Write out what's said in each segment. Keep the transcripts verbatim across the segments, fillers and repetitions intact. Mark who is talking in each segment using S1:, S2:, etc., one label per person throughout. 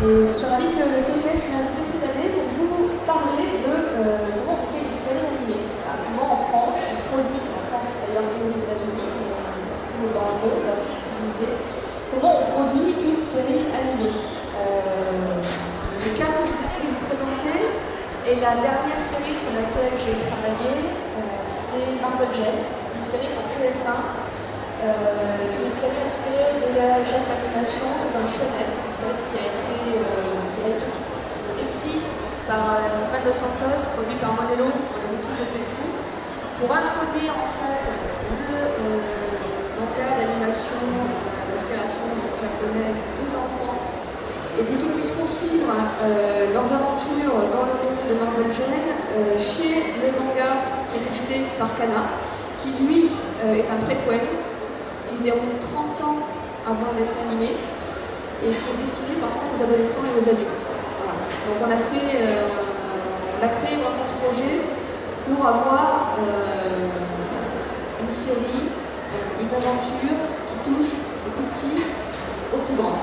S1: Et je suis ravie que le T G S m'ait invité cette année pour vous parler de euh, comment on fait une série animée. Hein, comment en France, on produit, en France d'ailleurs et aux États-Unis, mais euh, dans le monde civilisé, comment on produit une série animée. Euh, le cas que je vais vous présenter est la dernière série sur laquelle j'ai travaillé, euh, c'est Marble Gel, une série pour T F un. Euh, une série inspirée de la Gem d'animation, c'est un shonen en fait qui a été, euh, qui a été écrit par Simone Dos Santos, produit par Monello pour les équipes de Tefu, pour introduire en fait le euh, manga d'animation d'inspiration japonaise aux enfants et pour qu'ils puissent poursuivre euh, leurs aventures dans le monde de Marble Gel euh, chez le manga qui est édité par Kana, qui lui euh, est un préquel qui se déroule trente ans avant le dessin animé et qui est destiné par contre aux adolescents et aux adultes. Voilà. Donc on a fait, euh, on a créé vraiment ce projet pour avoir euh, une série, euh, une aventure qui touche les plus petits aux plus grands.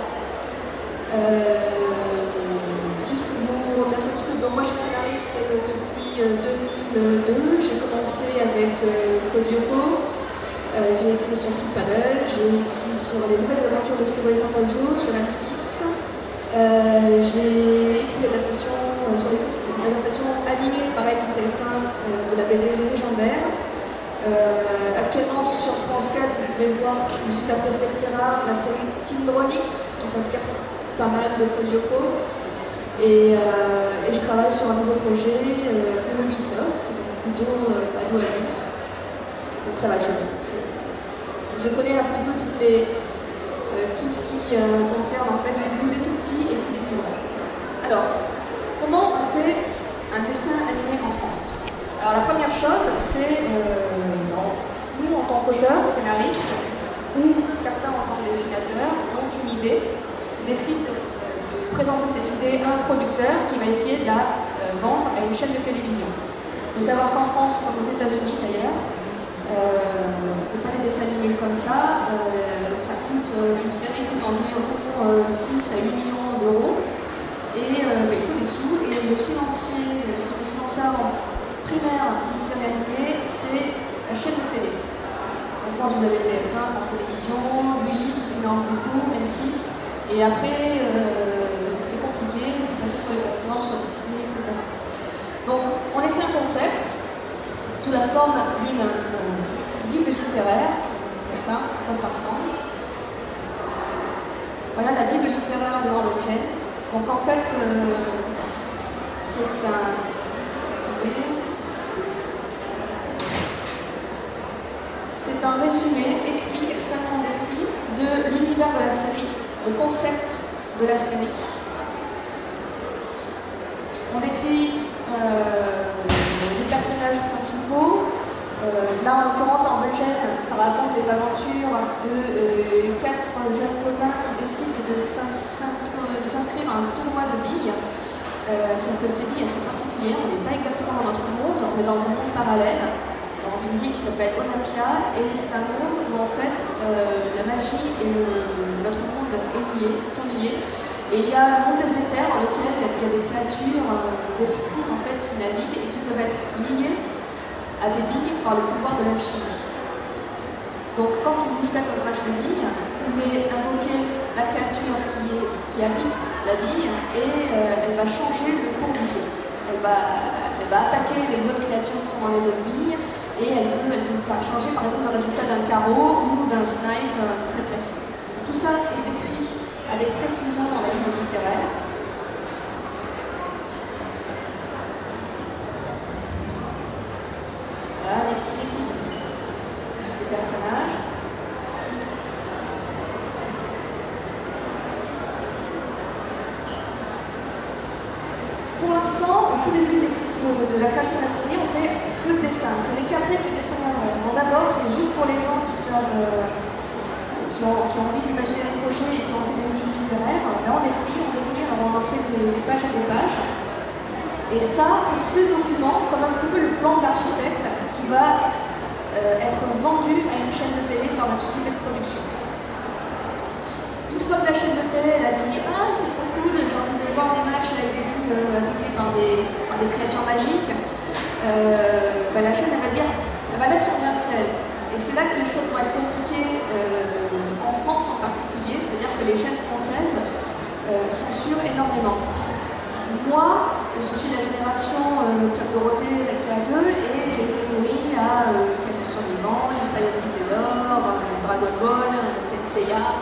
S1: Euh, juste pour vous remercier un petit peu, donc moi je suis scénariste depuis euh, deux mille deux, j'ai commencé avec euh, Kodioko. Euh, j'ai écrit sur Kid Paddle, j'ai écrit sur les nouvelles aventures de Spiro et Fantasio sur M six, euh, j'ai écrit l'adaptation euh, sur l'adaptation animée pareil pour T F un euh, de la B D Les Légendaires. Euh, actuellement sur France quatre, vous pouvez voir juste après Spectera la série Team Dronix qui s'inspire pas mal de Kodioko. Et, euh, et je travaille sur un nouveau projet euh, pour Ubisoft, plutôt euh, ado adulte. Donc ça va, je, je, je connais un petit peu toutes les, euh, tout ce qui euh, concerne en fait les plus des tout petits et les plus grands. Alors, comment on fait un dessin animé en France? Alors la première chose, c'est euh, nous en tant qu'auteurs, scénaristes, ou certains en tant que dessinateurs, ont une idée, décident de, de présenter cette idée à un producteur qui va essayer de la euh, vendre à une chaîne de télévision. Il faut savoir qu'en France, comme aux États-Unis d'ailleurs, Euh, on ne fait pas des dessins animés comme ça, euh, ça coûte, euh, une série coûte environ euh, six à huit millions d'euros et euh, bah, il faut des sous et le financier, le financeur primaire d'une série animée, c'est la chaîne de télé. En France vous avez T F un, France Télévisions, Lui qui finance beaucoup, M six et après euh, c'est compliqué, il faut passer sur les plateformes, sur Disney, et cetera. Donc on écrit un concept sous la forme d'une euh, bible littéraire, c'est ça, à quoi ça ressemble. Voilà la bible littéraire de Marble Gel. Donc en fait, euh, c'est un, c'est un résumé écrit, extrêmement décrit, de l'univers de la série, le concept de la série. On décrit euh, les personnages principaux. Euh, là, en l'occurrence, Marble Gel, ça raconte les aventures de euh, quatre jeunes copains qui décident de s'inscrire à un tournoi de billes. Euh, sauf que ces billes, elles sont particulières, on n'est pas exactement dans notre monde, on est dans un monde parallèle, dans une ville qui s'appelle Olympia, et c'est un monde où en fait euh, la magie et le, notre monde est lié, sont liés. Et il y a le monde des éthers dans lequel il y a des créatures, des esprits en fait qui naviguent et qui peuvent être liés à des billes par le pouvoir de l'alchimie. Donc quand vous faites un match de billes, vous pouvez invoquer la créature qui, est, qui habite la bille et euh, elle va changer le cours du jeu. Elle va, elle va attaquer les autres créatures qui sont dans les autres billes et elle peut, elle peut changer par exemple le résultat d'un carreau ou d'un snipe euh, très précis. Tout ça est décrit avec précision dans la bible littéraire. Voilà l'équipe des personnages. Pour l'instant, au tout début de, de, de la création de la série, on fait peu de dessins. Ce n'est qu'après que les dessins viendront. Bon, d'abord, c'est juste pour les gens qui savent, euh, qui, ont, qui ont envie d'imaginer les projets et qui ont fait des études littéraires. Là, on écrit, on écrit, alors on en fait des, des pages et des pages. Et ça, c'est ce document, comme un petit peu le plan de l'architecte, qui va euh, être vendu à une chaîne de télé par une société de production. Une fois que la chaîne de télé elle a dit « Ah, c'est trop cool, j'ai envie de voir des matchs avec des bulles euh, habitées par des, par des créatures magiques euh, », bah, la chaîne elle va dire « Elle va mettre son grain de sel ». Et c'est là que les choses vont être compliquées euh, en France en particulier, c'est-à-dire que les chaînes françaises euh, censurent énormément. Moi, je suis la génération euh, Club Dorothée, la K deux, et j'ai été nourrie à euh, Quai du Survivant, Mystérieuse Cité d'Or, euh, Dragon Ball, Senseiya.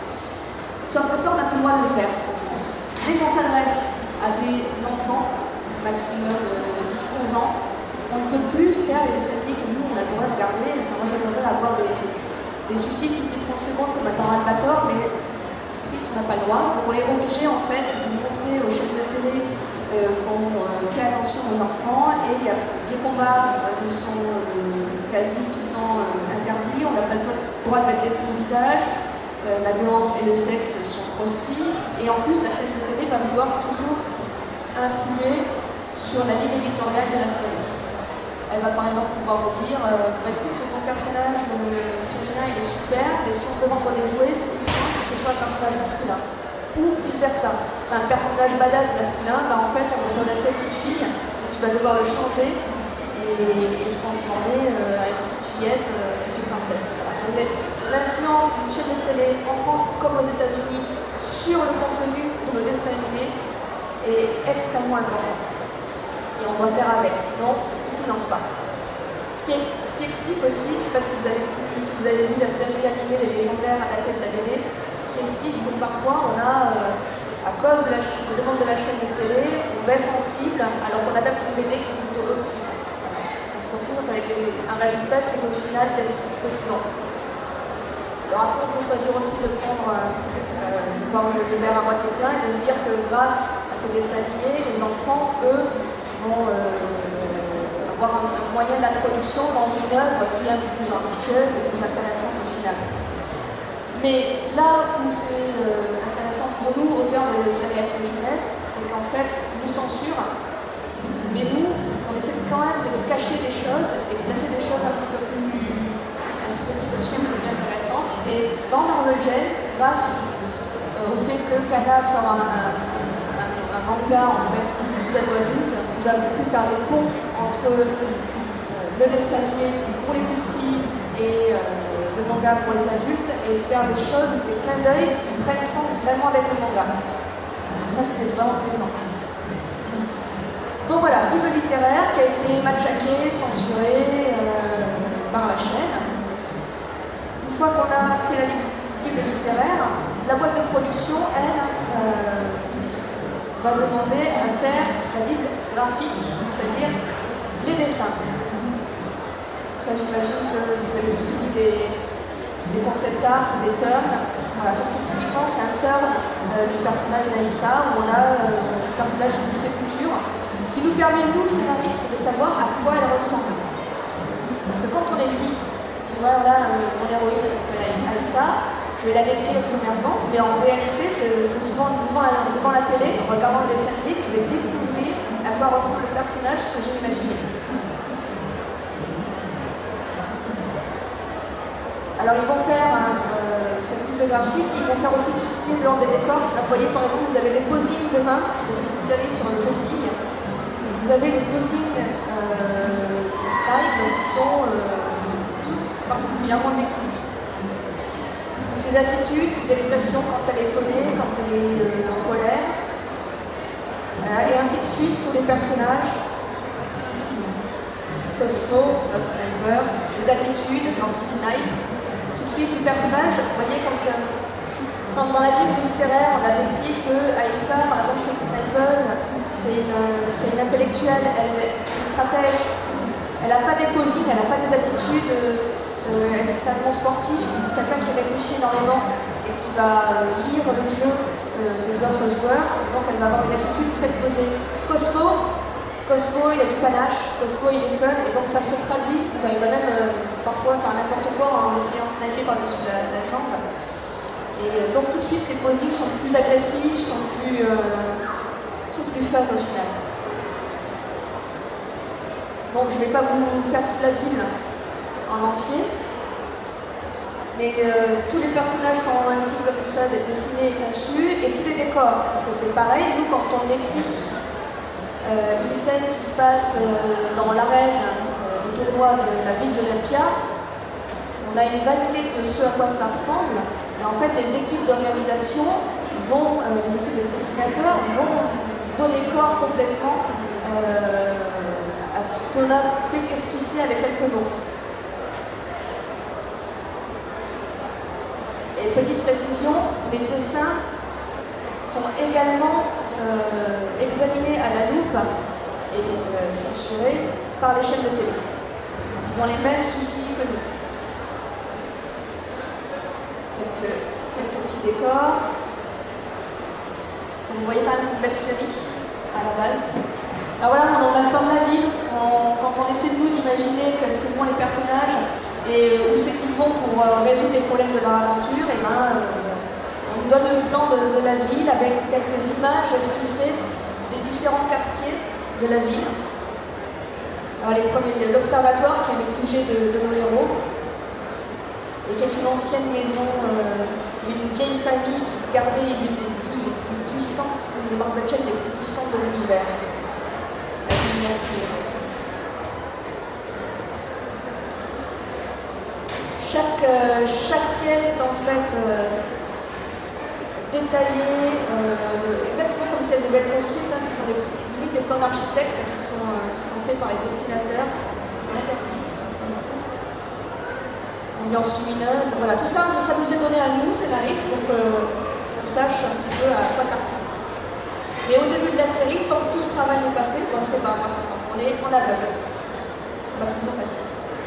S1: Sauf que ça, on n'a plus le droit de le faire en France. Dès qu'on s'adresse à des enfants, maximum euh, dix onze ans, on ne peut plus faire les dessins animés que nous, on adorait regarder. Enfin, moi, j'adorerais avoir des, des suicides toutes les trente secondes comme dans Albator, mais c'est triste, on n'a pas le droit. Donc on est obligé, en fait, de montrer aux chaînes de télé euh, qu'on euh, fait attention aux enfants. Et y a, les combats euh, sont euh, quasi tout le temps euh, interdits. On n'a pas le droit de mettre des coups au visage. Euh, la violence et le sexe sont proscrits. Et en plus, la chaîne de télé va vouloir toujours influer sur la ligne éditoriale de la série. Elle va par exemple pouvoir vous dire euh, bah, écoute, ton personnage euh, féminin il est super, mais si on peut vendre des jouets, il faut que tu changes que ce soit un personnage masculin. Ou vice versa. Un personnage badass masculin, bah, en fait, on va s'adresser à une petite fille, tu vas devoir le changer et, et le transformer euh, à une petite fillette euh, qui fait princesse. Voilà. L'influence d'une chaîne de télé en France comme aux États-Unis sur le contenu de nos dessins animés est extrêmement importante. Et on doit faire avec, sinon finance pas. Ce qui, est, ce qui explique aussi, je ne sais pas si vous, avez, si vous avez vu la série animée Les Légendaires à la tête de la B D, ce qui explique que parfois on a, euh, à cause de la demande de la chaîne de télé, on baisse en cible alors qu'on adapte une B D qui est plutôt haute cible. On se retrouve avec des, un résultat qui est au final décevant. Alors après on peut choisir aussi de prendre euh, de voir le, le verre à moitié plein et de se dire que grâce à ces dessins animés, les enfants, eux, vont euh, avoir un, un moyen d'introduction dans une œuvre qui est un peu plus ambitieuse et plus intéressante au final. Mais là où c'est euh, intéressant pour nous, auteurs de séries animées jeunesse, c'est qu'en fait, ils nous censurent, mais nous, on essaie quand même de cacher des choses et de placer des choses un petit peu plus, un petit peu plus touchées, plus intéressantes. Et dans Marvel Gen, grâce euh, au fait que Kana sort un, un, un, un manga en fait plus ado-adulte, nous avons pu faire des ponts entre euh, le dessin animé pour les plus petits et euh, le manga pour les adultes et faire des choses, des clins d'œil qui prennent sens vraiment avec le manga. Donc ça, c'était vraiment plaisant. Donc voilà, Bible littéraire qui a été matraquée, censurée euh, par la chaîne. Une fois qu'on a fait la Bible littéraire, la boîte de production, elle, euh, va demander à faire la Bible graphique, c'est-à-dire les dessins. Ça, j'imagine que vous avez tous vu des, des concept art, des turns. Voilà, ça, c'est typiquement, c'est un turn euh, du personnage d'Aïssa, où on a euh, le personnage sous toutes ses coutures. Ce qui nous permet, nous, scénaristes, de savoir à quoi elle ressemble. Parce que quand on écrit, je vois, voilà, euh, mon héroïne, elle s'appelle Aïssa, je vais la décrire sommairement, mais en réalité, c'est souvent devant la, devant la télé, en regardant le dessin animé, que je vais découvrir à quoi ressemble le personnage que j'ai imaginé. Alors ils vont faire euh, cette pub graphique, ils vont faire aussi tout ce qui est dans des décors. Là, vous voyez par exemple, vous avez des posings de main, parce que c'est une série sur le jeu de billes. Vous avez des posings euh, de style qui sont euh, tout particulièrement décrites. Ses attitudes, ses expressions quand elle est étonnée, quand elle est euh, en colère, voilà, et ainsi de suite, tous les personnages. Cosmo, notre sniper, les attitudes lorsqu'il snipe. Tout de suite, le personnage, vous voyez, quand, euh, quand dans la Bible littéraire, on a décrit que Aïssa, par exemple, c'est une snipeuse, c'est une, une intellectuelle, c'est une stratège. Elle n'a pas des posings, elle n'a pas des attitudes euh, extrêmement sportives. C'est quelqu'un qui réfléchit énormément et qui va euh, lire le jeu euh, des autres joueurs. Et donc, elle va avoir une attitude très posée. Cosmo, Cosmo, il a du panache, Cosmo, il est fun, et donc ça se traduit. Enfin, il va même euh, parfois faire n'importe quoi en essayant de sniper par-dessus la, la jambe. Et euh, donc, tout de suite, ses posings sont plus agressifs, sont plus, euh, sont plus fun au final. Donc, je ne vais pas vous faire toute la Bible en entier. Mais euh, tous les personnages sont ainsi comme ça dessinés et conçus, et tous les décors. Parce que c'est pareil, nous quand on écrit euh, une scène qui se passe euh, dans l'arène euh, du tournoi de la ville d'Olympia, on a une vague idée de ce à quoi ça ressemble, mais en fait les équipes de réalisation vont, euh, les équipes de dessinateurs vont donner corps complètement euh, à ce qu'on a fait esquisser avec quelques mots. Et petite précision, les dessins sont également euh, examinés à la loupe et euh, censurés par les chaînes de télé. Ils ont les mêmes soucis que nous. Quelques, quelques petits décors. Vous voyez quand même, c'est une belle série à la base. Alors voilà, on a comme la ville, on, quand on essaie de nous d'imaginer qu'est-ce que font les personnages et où c'est qu'ils vont pour euh, résoudre les problèmes de leur aventure, et ben, euh, on nous donne le plan de, de la ville avec quelques images esquissées des différents quartiers de la ville. Alors les premiers, l'observatoire qui est le Q G de, de nos héros, et qui est une ancienne maison euh, d'une vieille famille qui gardait l'une des villes les plus puissantes, une des Marblechets les plus puissantes de l'univers. La ville Mercure. Chaque, euh, chaque pièce est en fait euh, détaillée euh, exactement comme si elle devait être construite. Hein. Ce sont des, limite des plans d'architectes qui sont, euh, qui sont faits par les dessinateurs, les artistes. Ambiance lumineuse, voilà, tout ça, ça nous est donné à nous, scénaristes, pour qu'on sache un petit peu à quoi ça ressemble. Mais au début de la série, tant que tout ce travail n'est pas fait, on ne sait pas à quoi ça ressemble. On est en aveugle. C'est pas toujours facile.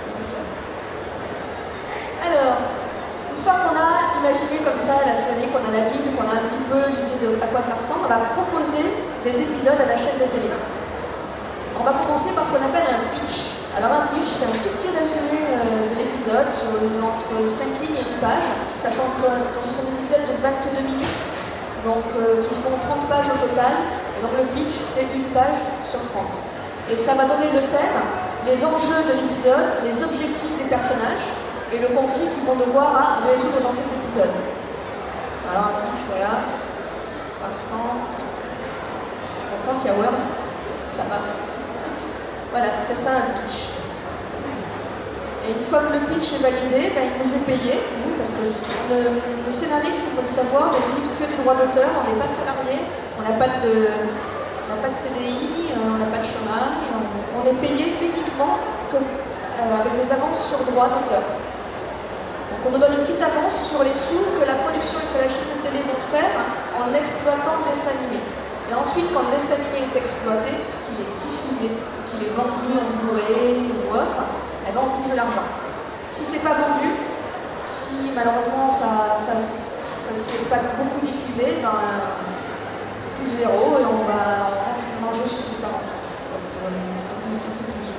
S1: Alors, une fois qu'on a imaginé comme ça la série, qu'on a la ville, qu'on a un petit peu l'idée de à quoi ça ressemble, on va proposer des épisodes à la chaîne de télé. On va commencer par ce qu'on appelle un pitch. Alors un pitch, c'est un tout petit résumé euh, de l'épisode, entre cinq lignes et une page, sachant que ce sont des épisodes de vingt-deux minutes, donc euh, qui font trente pages au total, et donc le pitch, c'est une page sur trente. Et ça va donner le thème, les enjeux de l'épisode, les objectifs des personnages, et le conflit qu'ils vont devoir à résoudre dans cet épisode. Alors un pitch, voilà, ça ressemble... Je suis contente qu'il y a Word, ça va. Voilà, c'est ça un pitch. Et une fois que le pitch est validé, ben, il nous est payé, nous, parce que le, le scénariste, il faut le savoir, ne vit que du droit d'auteur, on n'est pas salarié, on n'a pas de, on n'a pas de C D I, on n'a pas de chômage, on, on est payé uniquement comme, euh, avec des avances sur droit d'auteur. Donc on nous donne une petite avance sur les sous que la production et que la chaîne de télé vont faire en exploitant le dessin animé. Et ensuite, quand le dessin animé est exploité, qu'il est diffusé, qu'il est vendu en Blu-ray ou autre, eh ben on touche de l'argent. Si c'est pas vendu, si malheureusement ça ne s'est pas beaucoup diffusé, ben on touche zéro et on va, on va manger chez ses parents. Parce que on fait plus vite.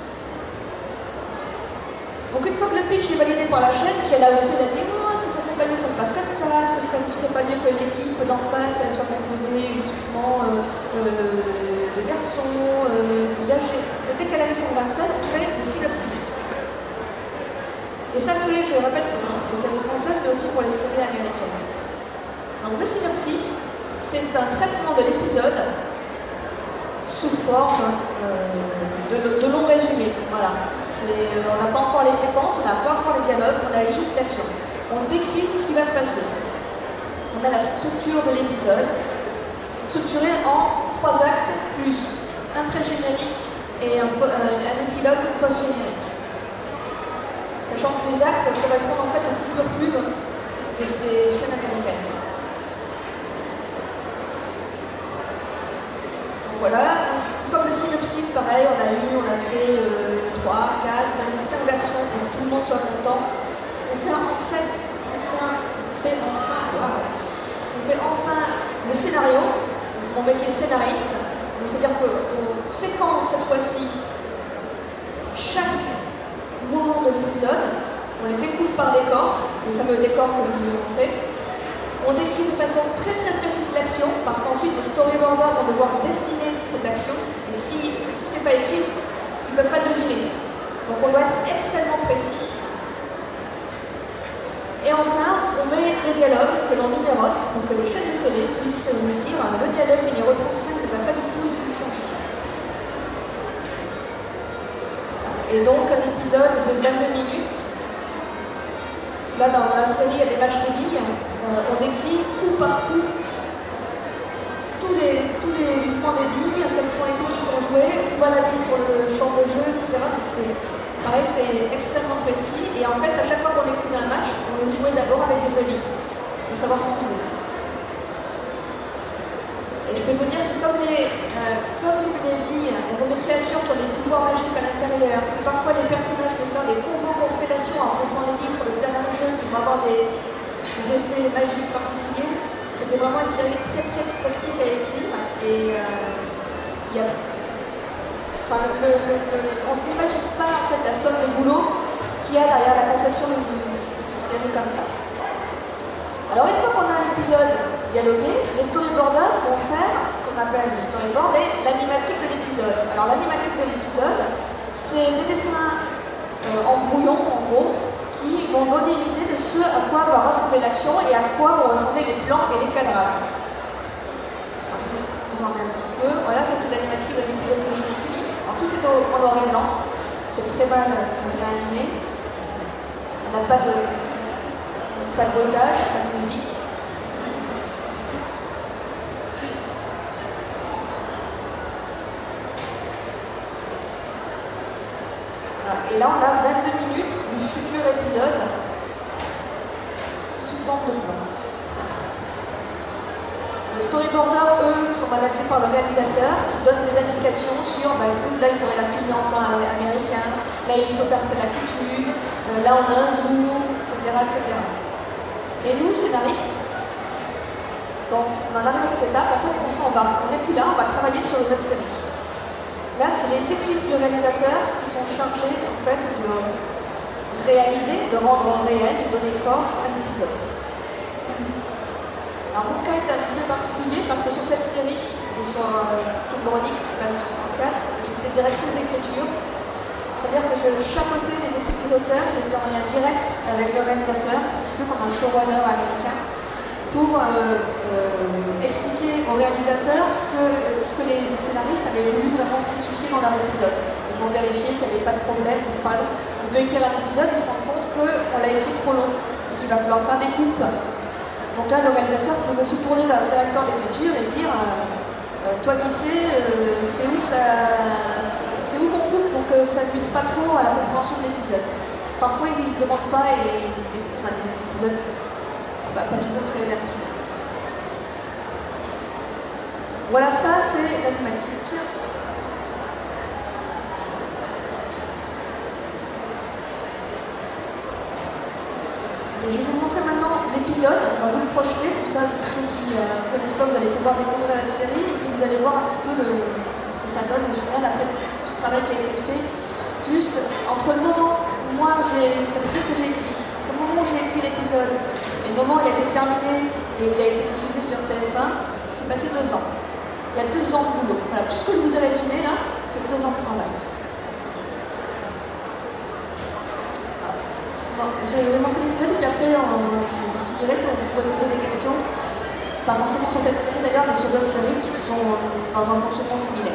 S1: Donc une fois que le pitch est validé par la chaîne, qui elle a aussi elle a dit oh, est-ce que ça serait pas mieux que ça se passe comme ça, est-ce que ça serait pas mieux que l'équipe d'en face elle soit composée uniquement euh, euh, de garçons, euh, plus âgés. Dès qu'elle a mis son vingt-sept, on fait le synopsis. Et ça c'est, je le rappelle, c'est pour les séries françaises, mais aussi pour les séries américaines. Donc le synopsis, c'est un traitement de l'épisode sous forme euh, de, de long résumé. Voilà. Euh, on n'a pas encore les séquences, on n'a pas encore les dialogues, on a juste l'action. On décrit ce qui va se passer. On a la structure de l'épisode, structurée en trois actes, plus un pré-générique et un, un, un épilogue post-générique. Sachant que les actes correspondent en fait aux coupures pub des, des chaînes américaines. Donc voilà, une fois que le synopsis, pareil, on a lu, on a fait euh, trois, quatre, cinq versions pour que tout le monde soit content. On fait en fait, on fait, un, on fait enfin, wow, on fait enfin le scénario, mon métier scénariste, c'est-à-dire qu'on séquence cette fois-ci chaque moment de l'épisode, on les découpe par décor, les fameux décors que je vous ai montrés. On décrit de façon très très précise l'action, parce qu'ensuite les storyboarders vont devoir dessiner cette action, et si, si ce n'est pas écrit, ils ne peuvent pas le deviner. Donc on doit être extrêmement précis. Et enfin, on met le dialogue que l'on numérote pour que les chaînes de télé puissent nous dire le dialogue numéro trente-cinq ne va pas du tout, il faut le changer. Et donc un épisode de vingt-deux minutes. Là, dans la série, il y a des matchs de billes. Euh, on décrit coup par coup tous les, tous les mouvements des billes, quels sont les coups qui sont joués, où va la bille sur le champ de jeu, et cetera. Donc c'est pareil, c'est extrêmement précis. Et en fait, à chaque fois qu'on écrivait un match, on le jouait d'abord avec des vraies billes, pour savoir ce qu'on faisait. Et je peux vous dire que comme les, euh, comme les billes, elles ont des créatures qui ont des pouvoirs magiques à l'intérieur, parfois les personnages peuvent faire des combos constellations en pressant les billes sur le terrain de jeu qui vont avoir des, des effets magiques particuliers. C'était vraiment une série très très technique à écrire et euh, il y a, enfin, le, le, le, on ne s'imagine pas en fait, la somme de boulot qu'il y a derrière la conception d'une série comme ça. Alors une fois qu'on a l'épisode dialogué, les storyboarders vont faire ce qu'on appelle le storyboard et l'animatique de l'épisode. Alors l'animatique de l'épisode, c'est des dessins euh, en brouillon en gros, qui vont donner une idée de ce à quoi va ressembler l'action et à quoi vont ressembler les plans et les cadrages. Je vous en mets un petit peu. Voilà, ça c'est l'animatique de l'épisode que j'ai écrit. Alors tout est au, en noir et blanc. C'est très mal, c'est bien animé. On n'a pas de, pas de bruitage, pas de musique. Voilà. Et là on a vingt-deux minutes du futur épisode sous forme de plan. Les storyboarders, eux, sont managés par le réalisateur qui donne des indications sur, bah écoute, là il faudrait la filmer en plan américain, là il faut faire telle attitude, euh, là on a un zoom, et cetera, et cetera. Et nous, scénaristes, quand on en arrive à cette étape, en fait on s'en va, on n'est plus là, on va travailler sur une autre série. Là, c'est les équipes de réalisateurs qui sont chargées en fait de réaliser, de rendre réel, de donner corps à l'épisode. Alors mon cas est un petit peu particulier parce que sur cette série et sur euh, Team Bronix qui passe sur France quatre, j'étais directrice d'écriture. C'est-à-dire que je chapeautais les équipes des auteurs, j'étais en lien direct avec le réalisateur, un petit peu comme un showrunner américain, pour euh, euh, expliquer aux réalisateurs ce que, ce que les scénaristes avaient voulu vraiment signifier dans leur épisode. Ils vont vérifier qu'il n'y avait pas de problème. Parce que, par exemple, on peut écrire un épisode et se rendre compte qu'on l'a écrit trop long et qu'il va falloir faire des coupes. Donc là, le réalisateur peut se tourner vers le directeur d'écriture et dire euh, euh, toi qui sais, euh, c'est où, c'est où qu'on coupe pour que ça ne nuise pas trop à la compréhension de l'épisode. Parfois, ils ne demandent pas et, et on a des épisodes bah, pas toujours très rapides. Voilà, ça c'est l'animatique. Et je vais vous montrer maintenant l'épisode, on va vous le projeter, comme ça pour ceux qui ne euh, connaissent pas, vous allez pouvoir découvrir la série et puis vous allez voir un petit peu le, ce que ça donne au final après tout ce travail qui a été fait. Juste entre le moment où moi j'ai, c'est un truc que j'ai écrit, entre le moment où j'ai écrit l'épisode et le moment où il a été terminé et où il a été diffusé sur T F un, c'est passé deux ans. Il y a deux ans de boulot. Voilà, tout ce que je vous ai résumé là, c'est deux ans de travail. Bon, je vais vous montrer l'épisode et puis après on, je finirai pour vous pouvez poser des questions. Pas forcément sur cette série d'ailleurs, mais sur d'autres séries qui sont dans un fonctionnement similaire.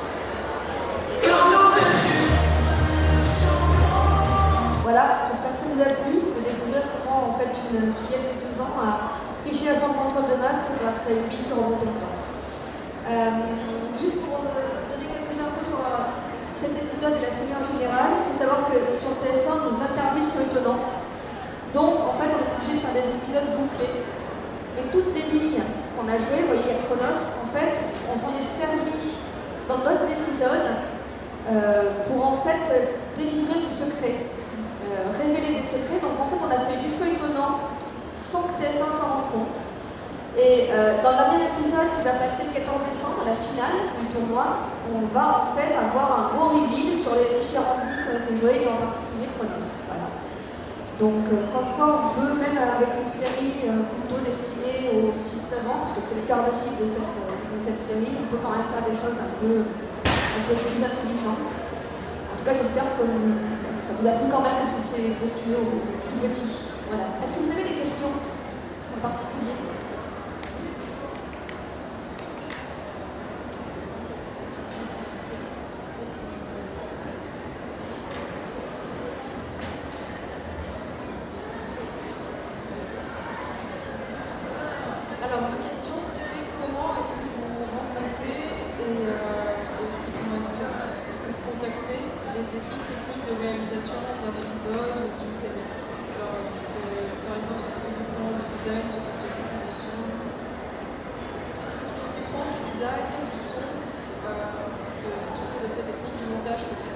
S1: Voilà, j'espère que ça vous a plu de découvrir comment en fait une fillette de douze ans a triché à son contrôle de maths grâce à une bille qui remonte le temps. Euh, juste pour euh, donner quelques infos sur euh, cet épisode et la série en général, il faut savoir que sur T F un, on nous interdit le feuilletonnant. Donc en fait, on est obligé de faire des épisodes bouclés. Mais toutes les billes qu'on a jouées, vous voyez, il y a Chronos, en fait, on s'en est servi dans d'autres épisodes euh, pour en fait délivrer des secrets. Euh, révéler des secrets, donc en fait on a fait du feuilletonnant sans que T F un s'en rende compte. Et euh, dans le dernier épisode qui va passer le quatorze décembre, la finale du tournoi, on va en fait avoir un gros reveal sur les différentes billes qui ont été jouées et en particulier Chronos. Voilà. Donc euh, franchement, on veut, même avec une série euh, plutôt destinée aux six neuf ans, parce que c'est le cœur de cible de cette, euh, de cette série, on peut quand même faire des choses un peu, un peu plus intelligentes. En tout cas, j'espère que ça vous a plu quand même, même si c'est destiné aux plus petits. Voilà. Est-ce que vous avez des questions en particulier?
S2: Alors, ma question, c'était comment est-ce que vous rencontrez et euh, aussi comment est-ce que vous contactez les équipes techniques de réalisation d'un épisode ou d'une série? Genre, euh, par exemple, ceux qui s'occuperont du design, ceux qui s'occuperont du son, ceux qui s'occuperont du design, du son, euh, de, de tous ces aspects techniques, du montage peut-être.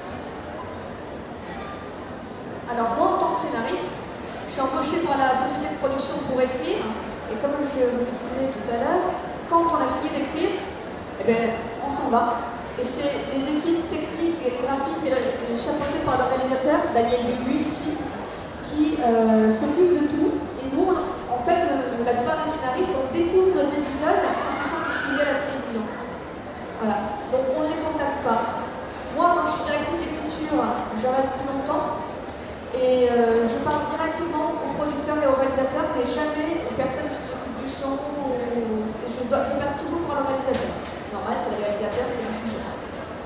S1: Alors moi, en tant que scénariste, je suis embauchée par la société de production pour écrire. Et comme je vous le disais tout à l'heure, quand on a fini d'écrire, eh ben, on s'en va. Et c'est les équipes techniques et les graphistes et chapeautées par le réalisateur, Daniel Dubuis ici, qui euh, s'occupent de tout. Et nous, en fait, euh, la plupart des scénaristes, on découvre nos épisodes quand ils sont diffusés à la télévision. Voilà. Donc on ne les contacte pas. Moi, quand je suis directrice d'écriture, je reste plus longtemps. Et euh, je parle directement aux producteurs et aux réalisateurs, mais jamais aux personnes qui s'occupent du son. Ou... Je, dois, je passe toujours par le réalisateur. C'est normal, c'est le réalisateur, c'est lui qui gère.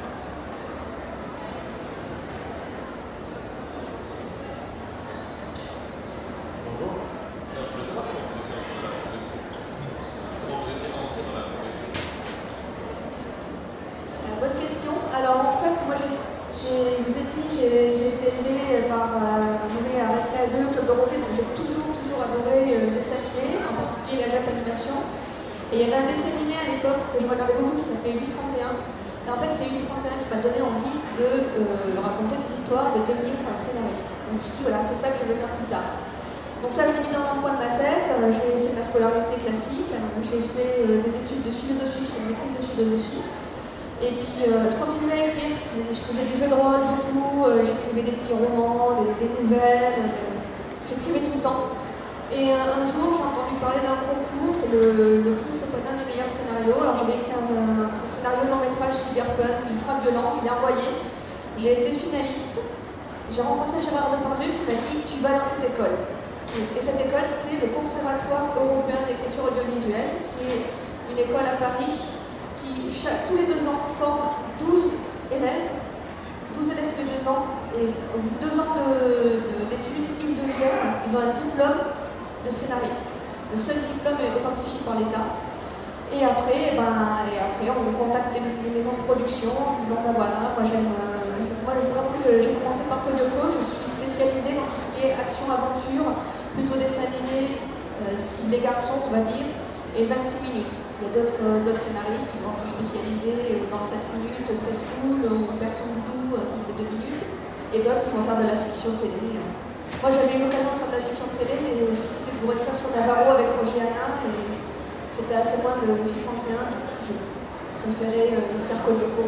S3: Bonjour. Euh, je voulais savoir comment vous étiez entré dans la profession. Comment vous étiez entré dans la profession.
S1: Euh, bonne question. Alors en fait, moi j'ai. Je vous ai dit, j'ai été élevée par euh, nommée à Récré deux, Club Dorothée, donc j'ai toujours, toujours adoré euh, les dessins animés, en particulier la Jet Animation. Et il y avait un dessin animé à l'époque que je regardais beaucoup qui s'appelait Ulysse trente et un. Et en fait, c'est Ulysse trente et un qui m'a donné envie de euh, raconter des histoires, de devenir un scénariste. Donc je me suis dit, voilà, c'est ça que je veux faire plus tard. Donc ça, je l'ai mis dans un coin de ma tête. Euh, j'ai fait ma scolarité classique, j'ai fait euh, des études de philosophie, je fais une maîtrise de philosophie. Et puis euh, je continuais à écrire, je faisais, je faisais du jeu de rôle beaucoup, euh, j'écrivais des petits romans, des, des nouvelles, des... j'écrivais tout le temps. Et euh, un jour j'ai entendu parler d'un concours, c'est le, le prix Soponin du meilleur scénario. Alors j'avais écrit un, un scénario de long métrage cyberpunk, ultra violent, je l'ai envoyé, j'ai été finaliste. J'ai rencontré Gérard Depardieu qui m'a dit tu vas dans cette école. Et cette école c'était le Conservatoire européen d'écriture audiovisuelle, qui est une école à Paris. Qui, chaque, tous les deux ans, forme douze élèves, douze élèves tous les deux ans, et au bout de deux ans d'études, ils deviennent, ils ont un diplôme de scénariste. Le seul diplôme est authentifié par l'État. Et après, ben, et après, on contacte les, les maisons de production en disant, ben voilà, moi j'aime, euh, moi j'ai commencé par Coyoco, je suis spécialisée dans tout ce qui est action-aventure, plutôt dessin animé, euh, ciblé garçon, on va dire, et vingt-six minutes. Il y a d'autres euh, scénaristes qui vont se spécialiser dans sept minutes, preschool, ou personne doux, toutes les deux minutes, et d'autres qui vont faire de la fiction télé. Moi j'avais eu l'occasion de faire de la fiction télé, mais c'était pour écrire sur Navarro avec Roger Hanin, et c'était assez loin de Ulysse trente et un, donc j'ai préféré euh, faire Coyoco.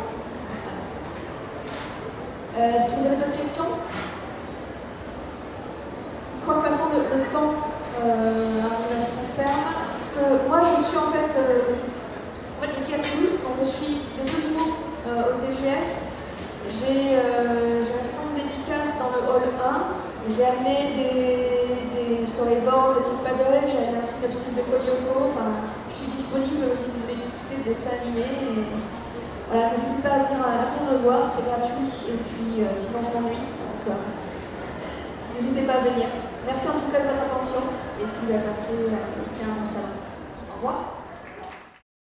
S1: Euh, Est-ce que vous avez d'autres questions? Je crois que de toute façon le, le temps euh, arrive à son terme. Que moi je suis en fait, euh, en fait je vis à Toulouse, donc je suis les deux jours euh, au T G S. J'ai euh, un stand dédicace dans le hall un. J'ai amené des, des storyboards de Kid Paddle, j'ai amené un synopsis de Coyoco. Enfin, je suis disponible si vous voulez discuter de dessins animés. Et, voilà, n'hésitez pas à venir, à venir me voir, c'est gratuit. Et puis euh, sinon je m'ennuie. Donc euh, n'hésitez pas à venir. Merci en tout cas de votre attention et puis à passer, à passer un bon salon.